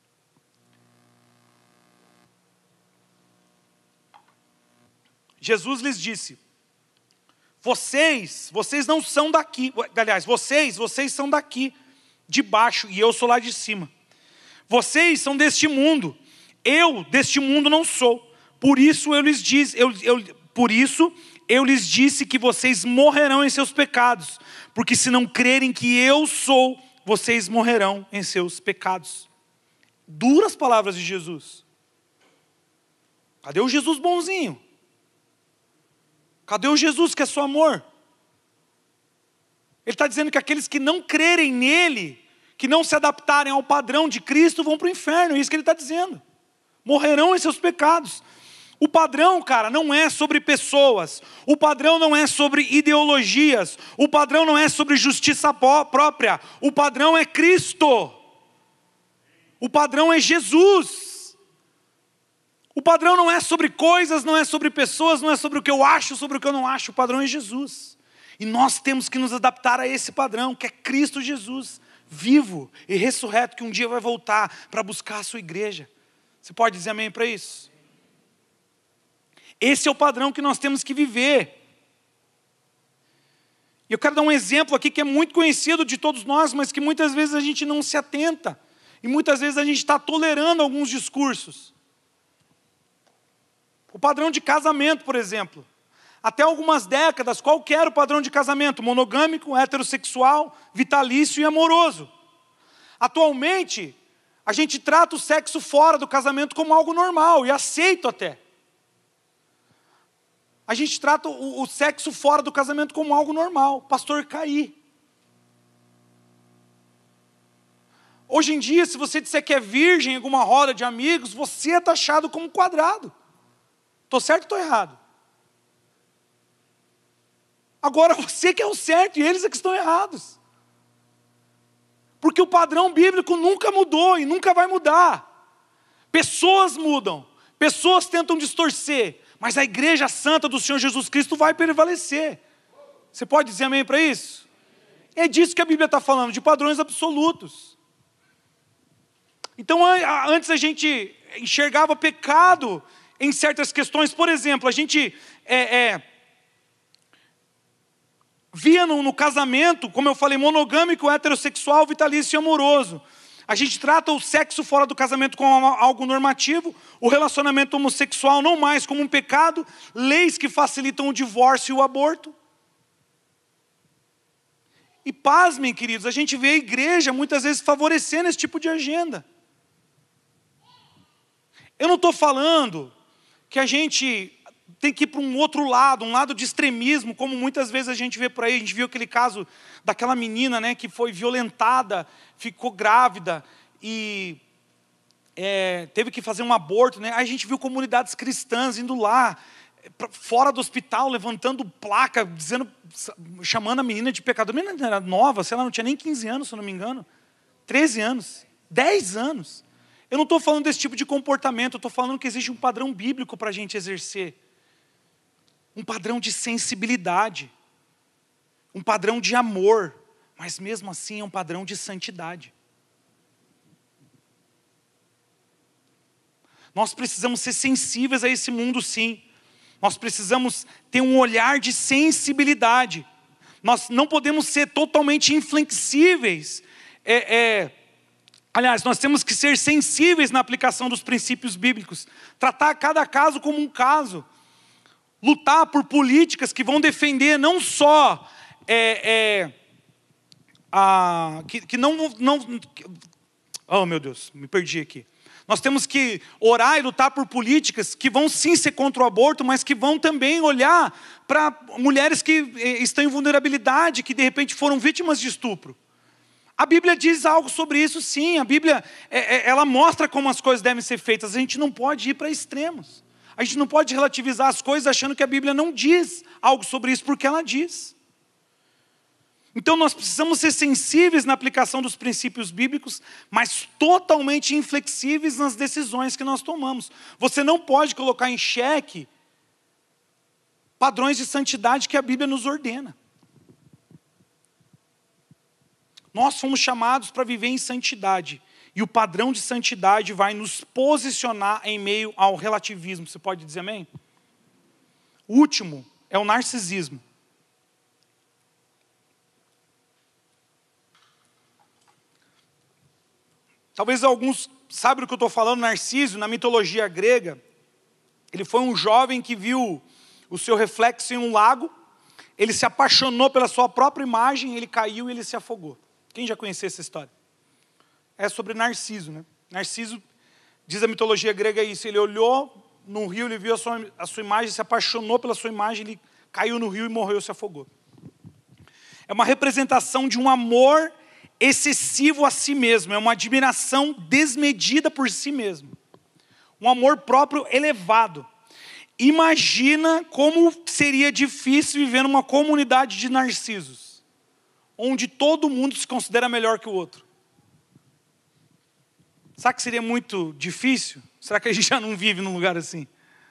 Speaker 1: Jesus lhes disse, vocês, vocês não são daqui, aliás, vocês, vocês são daqui, de baixo, e eu sou lá de cima. Vocês são deste mundo, eu deste mundo não sou. Por isso eu lhes disse, eu, eu, por isso eu lhes disse que vocês morrerão em seus pecados, porque se não crerem que eu sou, vocês morrerão em seus pecados. Duras palavras de Jesus. Cadê o Jesus bonzinho? Cadê o Jesus que é só amor? Ele está dizendo que aqueles que não crerem nele, que não se adaptarem ao padrão de Cristo, vão para o inferno. É isso que ele está dizendo. Morrerão em seus pecados. O padrão, cara, não é sobre pessoas. O padrão não é sobre ideologias. O padrão não é sobre justiça própria. O padrão é Cristo. O padrão é Jesus. O padrão não é sobre coisas, não é sobre pessoas, não é sobre o que eu acho, sobre o que eu não acho. O padrão é Jesus. E nós temos que nos adaptar a esse padrão, que é Cristo Jesus, vivo e ressurreto, que um dia vai voltar para buscar a sua igreja. Você pode dizer amém para isso? Esse é o padrão que nós temos que viver. E eu quero dar um exemplo aqui que é muito conhecido de todos nós, mas que muitas vezes a gente não se atenta. E muitas vezes a gente está tolerando alguns discursos. O padrão de casamento, por exemplo. Até algumas décadas, qual que era o padrão de casamento? Monogâmico, heterossexual, vitalício e amoroso. Atualmente, a gente trata o sexo fora do casamento como algo normal e aceito até. A gente trata o, o sexo fora do casamento como algo normal. Pastor cair. Hoje em dia, se você disser que é virgem em alguma roda de amigos, você é taxado como quadrado. Estou certo ou estou errado? Agora você que é o certo e eles é que estão errados. Porque o padrão bíblico nunca mudou e nunca vai mudar. Pessoas mudam, pessoas tentam distorcer, mas a igreja santa do Senhor Jesus Cristo vai prevalecer. Você pode dizer amém para isso? É disso que a Bíblia está falando, de padrões absolutos. Então antes a gente enxergava pecado em certas questões. Por exemplo, a gente é, é, via no, no casamento, como eu falei, monogâmico, heterossexual, vitalício e amoroso. A gente trata o sexo fora do casamento como algo normativo, o relacionamento homossexual não mais como um pecado, leis que facilitam o divórcio e o aborto. E pasmem, queridos, a gente vê a igreja muitas vezes favorecendo esse tipo de agenda. Eu não estou falando que a gente tem que ir para um outro lado, um lado de extremismo, como muitas vezes a gente vê por aí. A gente viu aquele caso daquela menina, né, que foi violentada, ficou grávida e é, teve que fazer um aborto. Né? Aí a gente viu comunidades cristãs indo lá, pra, fora do hospital, levantando placa, dizendo, chamando a menina de pecadora. A menina era nova, sei lá, não tinha nem quinze anos, se eu não me engano. treze anos, dez anos. Eu não estou falando desse tipo de comportamento, eu estou falando que existe um padrão bíblico para a gente exercer. Um padrão de sensibilidade. Um padrão de amor. Mas mesmo assim é um padrão de santidade. Nós precisamos ser sensíveis a esse mundo, sim. Nós precisamos ter um olhar de sensibilidade. Nós não podemos ser totalmente inflexíveis. É, é, aliás, nós temos que ser sensíveis na aplicação dos princípios bíblicos. Tratar cada caso como um caso. Lutar por políticas que vão defender não só é, é, a, que, que não, não que, oh meu Deus, me perdi aqui. Nós temos que orar e lutar por políticas que vão sim ser contra o aborto, mas que vão também olhar para mulheres que estão em vulnerabilidade, que de repente foram vítimas de estupro. A Bíblia diz algo sobre isso, sim. A Bíblia é, ela mostra como as coisas devem ser feitas. A gente não pode ir para extremos. A gente não pode relativizar as coisas achando que a Bíblia não diz algo sobre isso, porque ela diz. Então nós precisamos ser sensíveis na aplicação dos princípios bíblicos, mas totalmente inflexíveis nas decisões que nós tomamos. Você não pode colocar em xeque padrões de santidade que a Bíblia nos ordena. Nós fomos chamados para viver em santidade. E o padrão de santidade vai nos posicionar em meio ao relativismo. Você pode dizer amém? O último é o narcisismo. Talvez alguns saibam do que eu estou falando. Narciso, na mitologia grega, ele foi um jovem que viu o seu reflexo em um lago. Ele se apaixonou pela sua própria imagem, ele caiu e ele se afogou. Quem já conhecia essa história? É sobre Narciso, né? Narciso, diz a mitologia grega isso, ele olhou no rio, ele viu a sua, a sua imagem, se apaixonou pela sua imagem, ele caiu no rio e morreu, se afogou. É uma representação de um amor excessivo a si mesmo, é uma admiração desmedida por si mesmo. Um amor próprio elevado. Imagina como seria difícil viver numa comunidade de narcisos, onde todo mundo se considera melhor que o outro. Será que seria muito difícil? Será que a gente já não vive num lugar assim?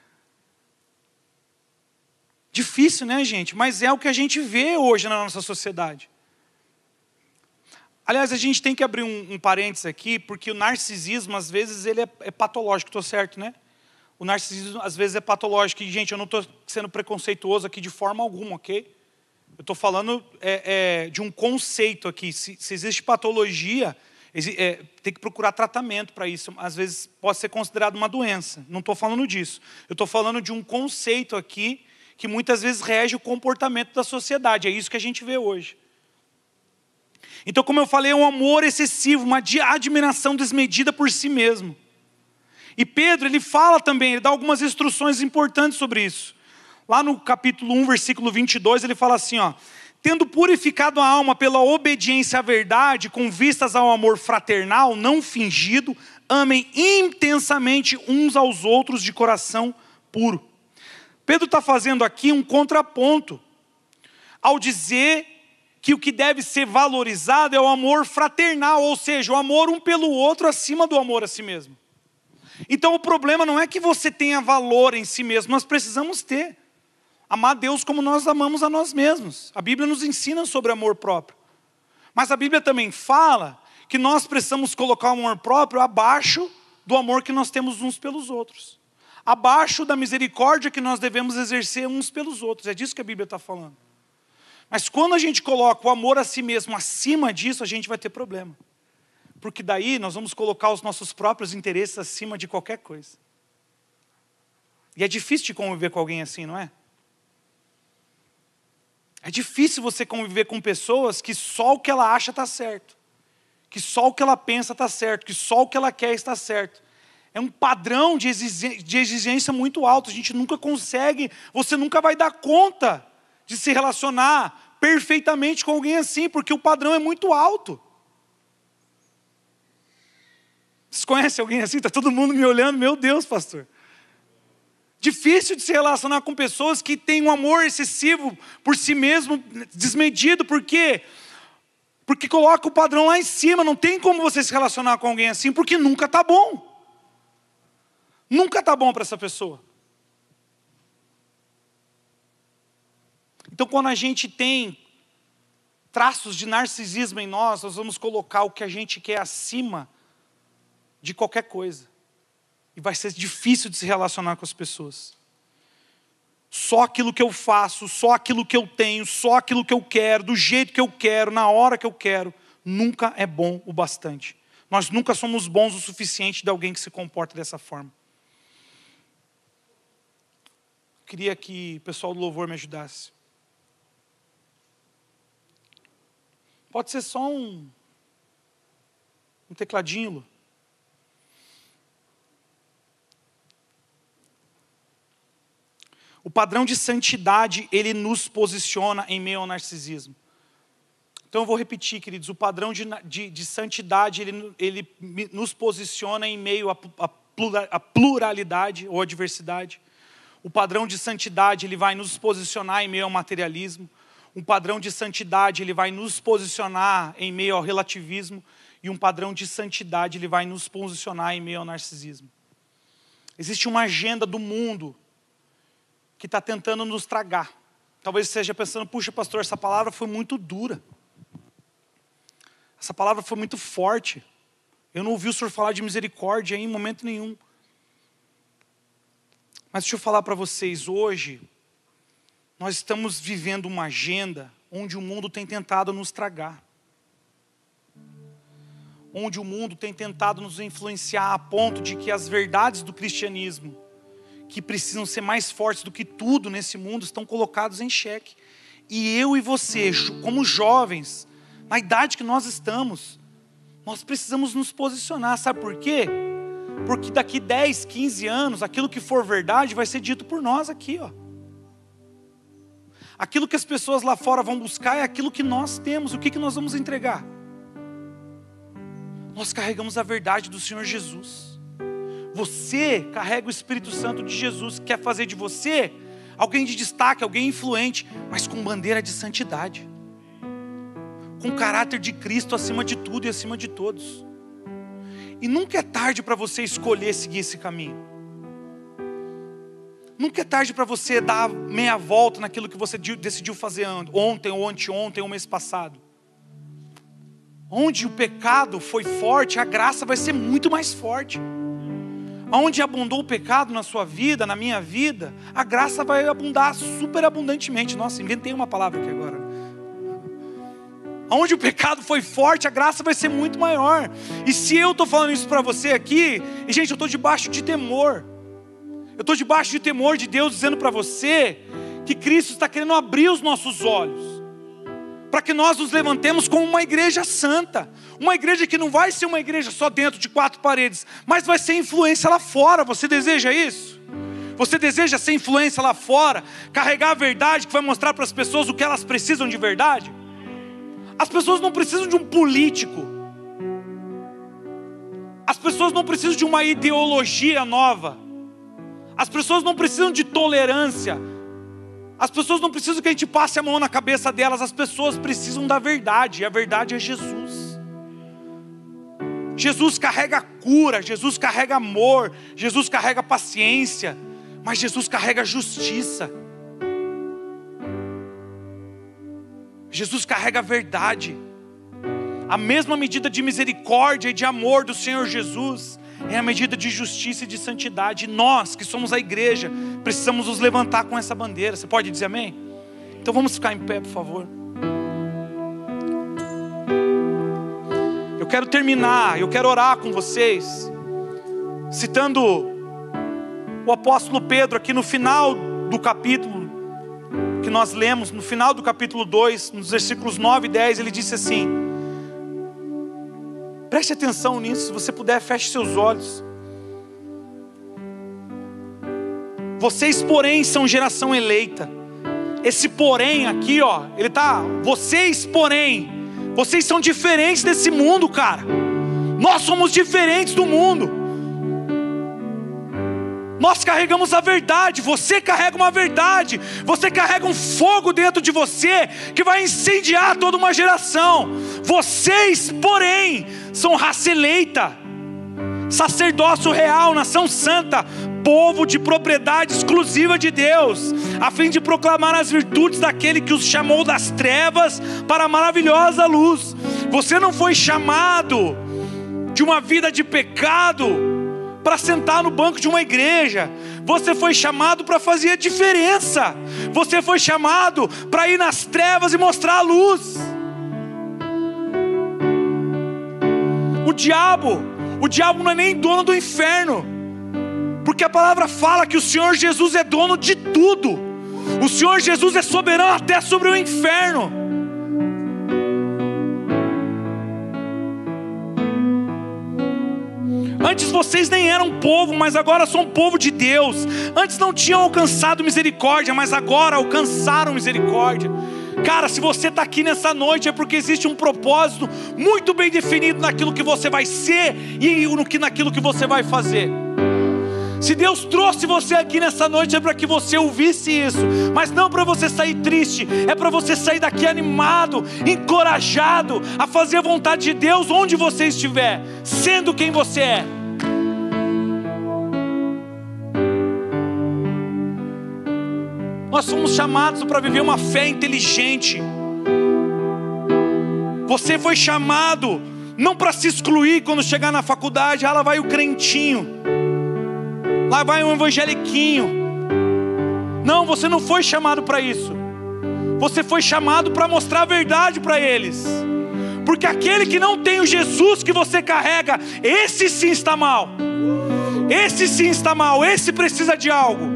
Speaker 1: Difícil, né, gente? Mas é o que a gente vê hoje na nossa sociedade. Aliás, a gente tem que abrir um, um parênteses aqui, porque o narcisismo, às vezes, ele é, é patológico, estou certo, né? O narcisismo, às vezes, é patológico. E, gente, eu não estou sendo preconceituoso aqui de forma alguma, ok? Eu estou falando é, é, de um conceito aqui. Se, se existe patologia, é, tem que procurar tratamento para isso. Às vezes, pode ser considerado uma doença. Não estou falando disso. Eu estou falando de um conceito aqui que muitas vezes rege o comportamento da sociedade. É isso que a gente vê hoje. Então, como eu falei, é um amor excessivo, uma admiração desmedida por si mesmo. E Pedro, ele fala também, ele dá algumas instruções importantes sobre isso. Lá no capítulo um, versículo vinte e dois, ele fala assim, ó, tendo purificado a alma pela obediência à verdade, com vistas ao amor fraternal, não fingido, amem intensamente uns aos outros de coração puro. Pedro está fazendo aqui um contraponto, ao dizer que o que deve ser valorizado é o amor fraternal, ou seja, o amor um pelo outro acima do amor a si mesmo. Então o problema não é que você tenha valor em si mesmo, nós precisamos ter. Amar Deus como nós amamos a nós mesmos. A Bíblia nos ensina sobre amor próprio. Mas a Bíblia também fala que nós precisamos colocar o amor próprio abaixo do amor que nós temos uns pelos outros. Abaixo da misericórdia que nós devemos exercer uns pelos outros. É disso que a Bíblia está falando. Mas quando a gente coloca o amor a si mesmo acima disso, a gente vai ter problema. Porque daí nós vamos colocar os nossos próprios interesses acima de qualquer coisa. E é difícil de conviver com alguém assim, não é? É difícil você conviver com pessoas que só o que ela acha está certo. Que só o que ela pensa está certo. Que só o que ela quer está certo. É um padrão de exigência muito alto. A gente nunca consegue, você nunca vai dar conta de se relacionar perfeitamente com alguém assim, porque o padrão é muito alto. Vocês conhecem alguém assim? Está todo mundo me olhando, meu Deus, pastor. Difícil de se relacionar com pessoas que têm um amor excessivo por si mesmo, desmedido. Por quê? Porque coloca o padrão lá em cima. Não tem como você se relacionar com alguém assim, porque nunca está bom. Nunca está bom para essa pessoa. Então, quando a gente tem traços de narcisismo em nós, nós vamos colocar o que a gente quer acima de qualquer coisa. E vai ser difícil de se relacionar com as pessoas. Só aquilo que eu faço, só aquilo que eu tenho, só aquilo que eu quero, do jeito que eu quero, na hora que eu quero, nunca é bom o bastante. Nós nunca somos bons o suficiente de alguém que se comporta dessa forma. Queria que o pessoal do louvor me ajudasse. Pode ser só um, um tecladinho, Lu. O padrão de santidade, ele nos posiciona em meio ao narcisismo. Então eu vou repetir, queridos, o padrão de, de, de santidade, ele, ele nos posiciona em meio à pluralidade ou à diversidade. O padrão de santidade, ele vai nos posicionar em meio ao materialismo. Um padrão de santidade, ele vai nos posicionar em meio ao relativismo. E um padrão de santidade, ele vai nos posicionar em meio ao narcisismo. Existe uma agenda do mundo que está tentando nos tragar. Talvez você esteja pensando, puxa pastor, essa palavra foi muito dura. Essa palavra foi muito forte. Eu não ouvi o senhor falar de misericórdia em momento nenhum. Mas deixa eu falar para vocês, hoje, nós estamos vivendo uma agenda onde o mundo tem tentado nos tragar. Onde o mundo tem tentado nos influenciar a ponto de que as verdades do cristianismo, que precisam ser mais fortes do que tudo nesse mundo, estão colocados em xeque. E eu e você, como jovens, na idade que nós estamos, nós precisamos nos posicionar. Sabe por quê? Porque daqui dez, quinze anos, aquilo que for verdade vai ser dito por nós aqui, ó. Aquilo que as pessoas lá fora vão buscar é aquilo que nós temos. O que, que nós vamos entregar? Nós carregamos a verdade do Senhor Jesus. Você carrega o Espírito Santo de Jesus, que quer fazer de você alguém de destaque, alguém influente, mas com bandeira de santidade. Com caráter de Cristo acima de tudo e acima de todos. E nunca é tarde para você escolher seguir esse caminho. Nunca é tarde para você dar meia volta naquilo que você decidiu fazer ontem ou anteontem ou mês passado. Onde o pecado foi forte, a graça vai ser muito mais forte. Onde abundou o pecado na sua vida, na minha vida, a graça vai abundar superabundantemente. Nossa, inventei uma palavra aqui agora. Onde o pecado foi forte, a graça vai ser muito maior. E se eu estou falando isso para você aqui, e gente, eu estou debaixo de temor. Eu estou debaixo de temor de Deus dizendo para você que Cristo está querendo abrir os nossos olhos. Para que nós nos levantemos como uma igreja santa. Uma igreja que não vai ser uma igreja só dentro de quatro paredes, mas vai ser influência lá fora. Você deseja isso? Você deseja ser influência lá fora? Carregar a verdade que vai mostrar para as pessoas o que elas precisam de verdade? As pessoas não precisam de um político. As pessoas não precisam de uma ideologia nova. As pessoas não precisam de tolerância. As pessoas não precisam que a gente passe a mão na cabeça delas. As pessoas precisam da verdade. E a verdade é Jesus. Jesus carrega cura. Jesus carrega amor. Jesus carrega paciência. Mas Jesus carrega justiça. Jesus carrega a verdade. A mesma medida de misericórdia e de amor do Senhor Jesus é a medida de justiça e de santidade. E nós, que somos a igreja, precisamos nos levantar com essa bandeira. Você pode dizer amém? Então vamos ficar em pé, por favor. Eu quero terminar, eu quero orar com vocês, citando o apóstolo Pedro aqui no final do capítulo que nós lemos, no final do capítulo dois, nos versículos nove e dez, ele disse assim, preste atenção nisso, se você puder, feche seus olhos. Vocês, porém, são geração eleita. Esse porém aqui, ó, ele tá, vocês, porém, vocês são diferentes desse mundo, cara. Nós somos diferentes do mundo. Nós carregamos a verdade, você carrega uma verdade, você carrega um fogo dentro de você, que vai incendiar toda uma geração. Vocês, porém, são raça eleita, sacerdócio real, nação santa, povo de propriedade exclusiva de Deus, a fim de proclamar as virtudes daquele que os chamou das trevas para a maravilhosa luz. Você não foi chamado de uma vida de pecado para sentar no banco de uma igreja. Você foi chamado para fazer a diferença. Você foi chamado para ir nas trevas e mostrar a luz. O diabo, o diabo não é nem dono do inferno, porque a palavra fala que o Senhor Jesus é dono de tudo. O Senhor Jesus é soberano até sobre o inferno. Antes vocês nem eram povo, mas agora são povo de Deus. Antes não tinham alcançado misericórdia, mas agora alcançaram misericórdia. Cara, se você está aqui nessa noite é porque existe um propósito muito bem definido naquilo que você vai ser e no que, naquilo que você vai fazer. Se Deus trouxe você aqui nessa noite é para que você ouvisse isso, mas não para você sair triste, é para você sair daqui animado, encorajado a fazer a vontade de Deus onde você estiver, sendo quem você é. Nós somos chamados para viver uma fé inteligente. Você foi chamado não para se excluir quando chegar na faculdade. Ah, lá vai o crentinho, lá vai um evangeliquinho. Não, você não foi chamado para isso. Você foi chamado para mostrar a verdade para eles. Porque aquele que não tem o Jesus que você carrega, esse sim está mal. Esse sim está mal, esse precisa de algo.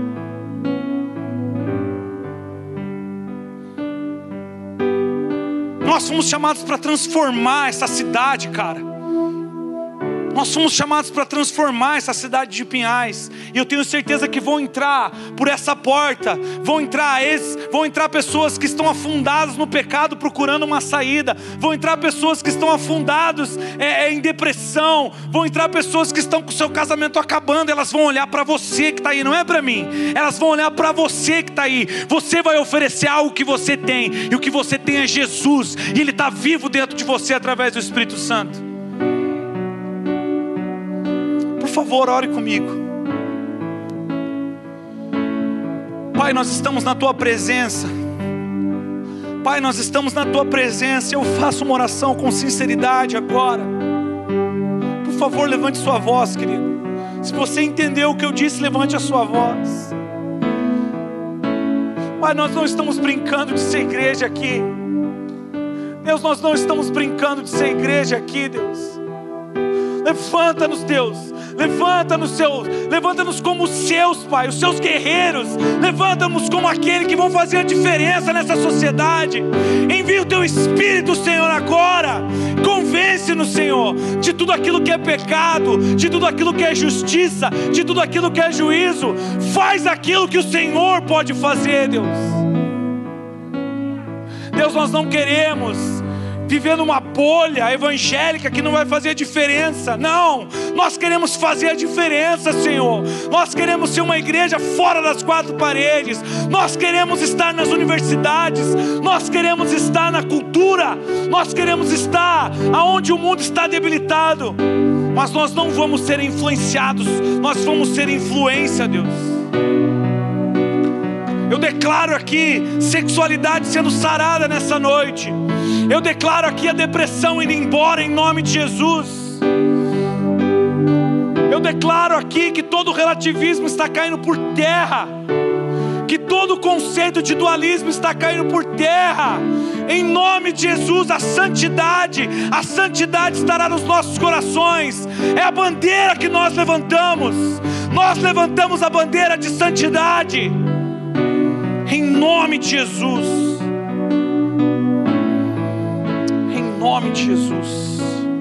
Speaker 1: Nós fomos chamados para transformar essa cidade, cara. Nós somos chamados para transformar essa cidade de Pinhais. E eu tenho certeza que vão entrar por essa porta, Vão entrar, vão entrar pessoas que estão afundadas no pecado procurando uma saída. Vão entrar pessoas que estão afundadas é, em depressão. Vão entrar pessoas que estão com o seu casamento acabando. Elas vão olhar para você que está aí, não é para mim. Elas vão olhar para você que está aí. Você vai oferecer algo que você tem. E o que você tem é Jesus. E Ele está vivo dentro de você através do Espírito Santo. Por favor, ore comigo. Pai, nós estamos na Tua presença. Pai, nós estamos na Tua presença. Eu faço uma oração com sinceridade agora. Por favor, levante sua voz, querido. Se você entendeu o que eu disse, levante a sua voz. Pai, nós não estamos brincando de ser igreja aqui. Deus, nós não estamos brincando de ser igreja aqui, Deus. Levanta-nos, Deus. Levanta-nos, Deus. Levanta-nos como os seus, Pai, os seus guerreiros. Levanta-nos como aqueles que vão fazer a diferença nessa sociedade. Envia o Teu Espírito, Senhor, agora. Convence-nos, Senhor, de tudo aquilo que é pecado, de tudo aquilo que é justiça, de tudo aquilo que é juízo. Faz aquilo que o Senhor pode fazer, Deus. Deus, nós não queremos viver numa bolha evangélica que não vai fazer diferença. Não, nós queremos fazer a diferença, Senhor. Nós queremos ser uma igreja fora das quatro paredes. Nós queremos estar nas universidades. Nós queremos estar na cultura. Nós queremos estar aonde o mundo está debilitado. Mas nós não vamos ser influenciados. Nós vamos ser influência, Deus. Eu declaro aqui sexualidade sendo sarada nessa noite. Eu declaro aqui a depressão indo embora em nome de Jesus. Eu declaro aqui que todo relativismo está caindo por terra. Que todo conceito de dualismo está caindo por terra. Em nome de Jesus, a santidade, a santidade estará nos nossos corações. É a bandeira que nós levantamos. Nós levantamos a bandeira de santidade. Em nome de Jesus. Em nome de Jesus.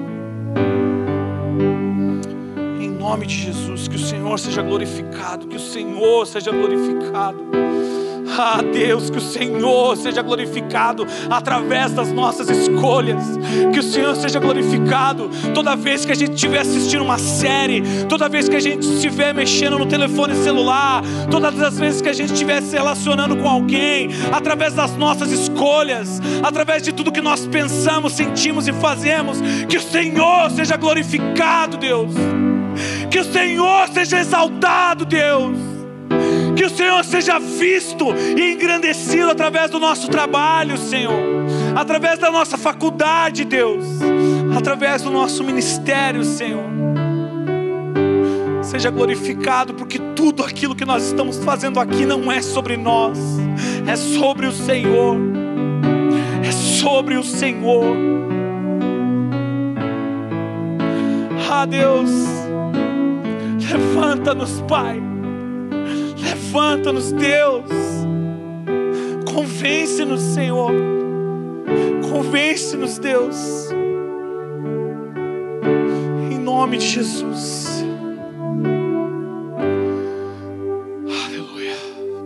Speaker 1: Em nome de Jesus. Que o Senhor seja glorificado. Que o Senhor seja glorificado. Ah, Deus, que o Senhor seja glorificado através das nossas escolhas. Que o Senhor seja glorificado toda vez que a gente estiver assistindo uma série, toda vez que a gente estiver mexendo no telefone celular, todas as vezes que a gente estiver se relacionando com alguém, através das nossas escolhas, através de tudo que nós pensamos, sentimos e fazemos. Que o Senhor seja glorificado, Deus. Que o Senhor seja exaltado, Deus. Que o Senhor seja visto e engrandecido através do nosso trabalho, Senhor. Através da nossa faculdade, Deus. Através do nosso ministério, Senhor. Seja glorificado, porque tudo aquilo que nós estamos fazendo aqui não é sobre nós. É sobre o Senhor. É sobre o Senhor. Ah, Deus. Levanta-nos, Pai. Levanta-nos, Deus. Convence-nos, Senhor. Convence-nos, Deus. Em nome de Jesus. Aleluia.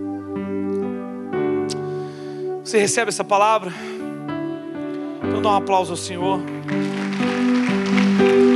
Speaker 1: Você recebe essa palavra? Então dá um aplauso ao Senhor.